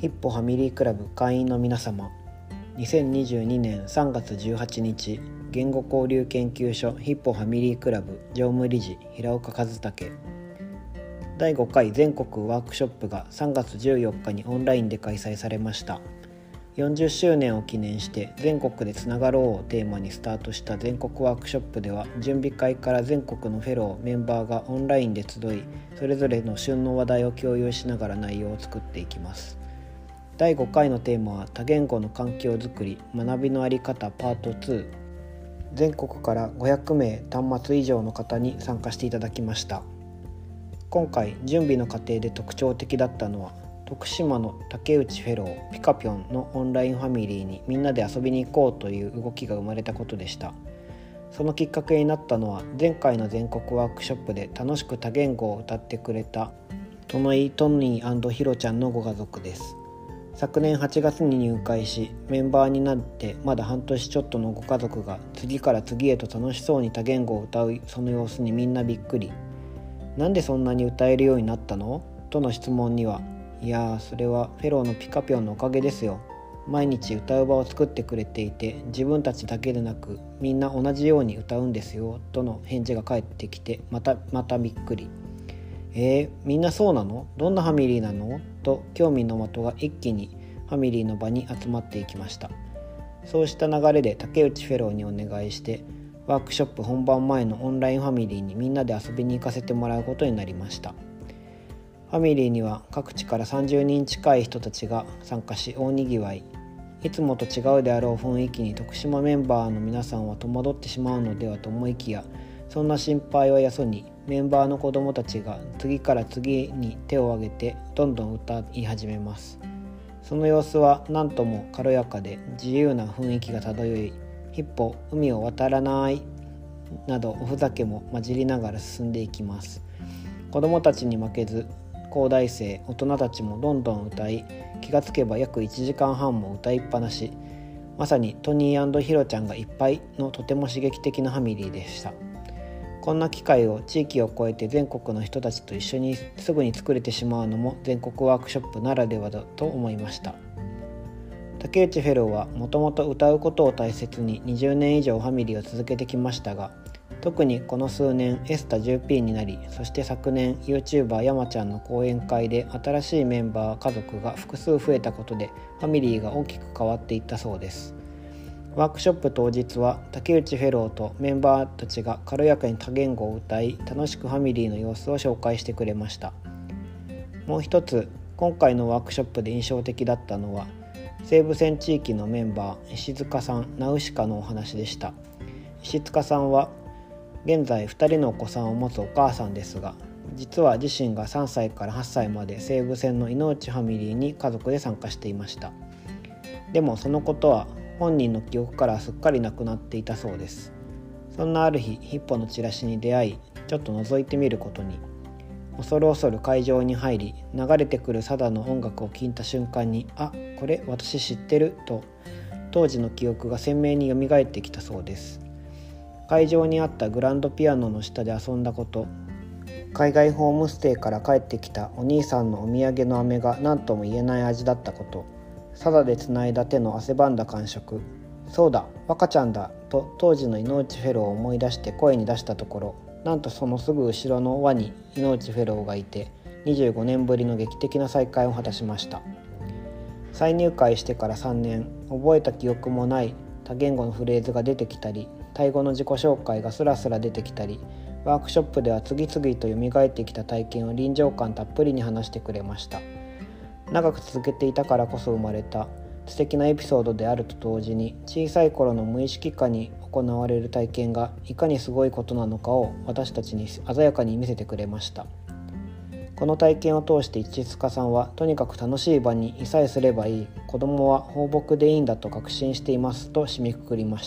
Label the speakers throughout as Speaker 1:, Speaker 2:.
Speaker 1: ヒッポファミリークラブ会員の皆様、2022年3月18日、言語交流研究所ヒッポファミリークラブ常務理事平岡和武。第5回全国ワークショップが3月14日にオンラインで開催されました。40周年を記念して全国でつながろうをテーマにスタートした全国ワークショップでは、準備会から全国のフェローメンバーがオンラインで集い、それぞれの旬の話題を共有しながら内容を作っていきます。第5回のテーマは多言語の環境づくり、学びのあり方パート2。全国から500名端末以上の方に参加していただきました。今回準備の過程で特徴的だったのは、徳島の竹内フェローピカピョンのオンラインファミリーにみんなで遊びに行こうという動きが生まれたことでした。そのきっかけになったのは、前回の全国ワークショップで楽しく多言語を歌ってくれたトニーひろちゃんのご家族です。昨年8月に入会し、メンバーになってまだ半年ちょっとのご家族が次から次へと楽しそうに多言語を歌うその様子にみんなびっくり。なんでそんなに歌えるようになったのとの質問には、いやー、それはフェローのピカピョンのおかげですよ。毎日歌う場を作ってくれていて、自分たちだけでなくみんな同じように歌うんですよとの返事が返ってきて、またびっくり。みんなそうなの？どんなファミリーなの？と興味の的が一気にファミリーの場に集まっていきました。そうした流れで竹内フェローにお願いして、ワークショップ本番前のオンラインファミリーにみんなで遊びに行かせてもらうことになりました。ファミリーには各地から30人近い人たちが参加し、大にぎわい。いつもと違うであろう雰囲気に徳島メンバーの皆さんは戸惑ってしまうのではと思いきや、そんな心配はやそに、メンバーの子どもたちが次から次に手を挙げてどんどん歌い始めます。その様子はなんとも軽やかで自由な雰囲気が漂い、一歩海を渡らないなどおふざけも混じりながら進んでいきます。子どもたちに負けず、高大生大人たちもどんどん歌い、気がつけば約1時間半も歌いっぱなし。まさにトニー&ヒロちゃんがいっぱいのとても刺激的なファミリーでした。こんな機会を地域を越えて全国の人たちと一緒にすぐに作れてしまうのも全国ワークショップならではだと思いました。竹内フェローはもともと歌うことを大切に20年以上ファミリーを続けてきましたが、特にこの数年エスタ 10P になり、そして昨年 YouTuber 山ちゃんの講演会で新しいメンバー家族が複数増えたことでファミリーが大きく変わっていったそうです。ワークショップ当日は竹内フェローとメンバーたちが軽やかに多言語を歌い、楽しくファミリーの様子を紹介してくれました。もう一つ、今回のワークショップで印象的だったのは、西武線地域のメンバー石塚さん、ナウシカのお話でした。石塚さんは現在2人のお子さんを持つお母さんですが、実は自身が3歳から8歳まで西武線の井ノ内ファミリーに家族で参加していました。でもそのことは本人の記憶からすっかりなくなっていたそうです。そんなある日、ヒッポのチラシに出会い、ちょっと覗いてみることに。恐る恐る会場に入り、流れてくるサダの音楽を聴いた瞬間に、あ、これ私知ってると当時の記憶が鮮明によみがえってきたそうです。会場にあったグランドピアノの下で遊んだこと、海外ホームステイから帰ってきたお兄さんのお土産の飴が何とも言えない味だったこと、サダでつないだ手の汗ばんだ感触、そうだ若ちゃんだと当時の井ノ内フェローを思い出して声に出したところ、なんとそのすぐ後ろの輪に井ノ内フェローがいて、25年ぶりの劇的な再会を果たしました。再入会してから3年、覚えた記憶もない多言語のフレーズが出てきたり、タイ語の自己紹介がスラスラ出てきたり、ワークショップでは次々と蘇ってきた体験を臨場感たっぷりに話してくれました。長く続けていたからこそ生まれた素敵なエピソードであると同時に、小さい頃の無意識下に行われる体験がいかにすごいことなのかを私たちに鮮やかに見せてくれました。この体験を通して石塚さんは、とにかく楽しい場にいさえすればいい、子供は放牧でいいんだと確信していますと締めくくりました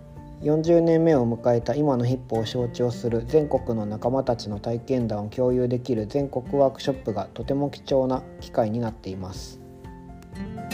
Speaker 1: 。40年目を迎えた今のヒッポを象徴する全国の仲間たちの体験談を共有できる全国ワークショップがとても貴重な機会になっています。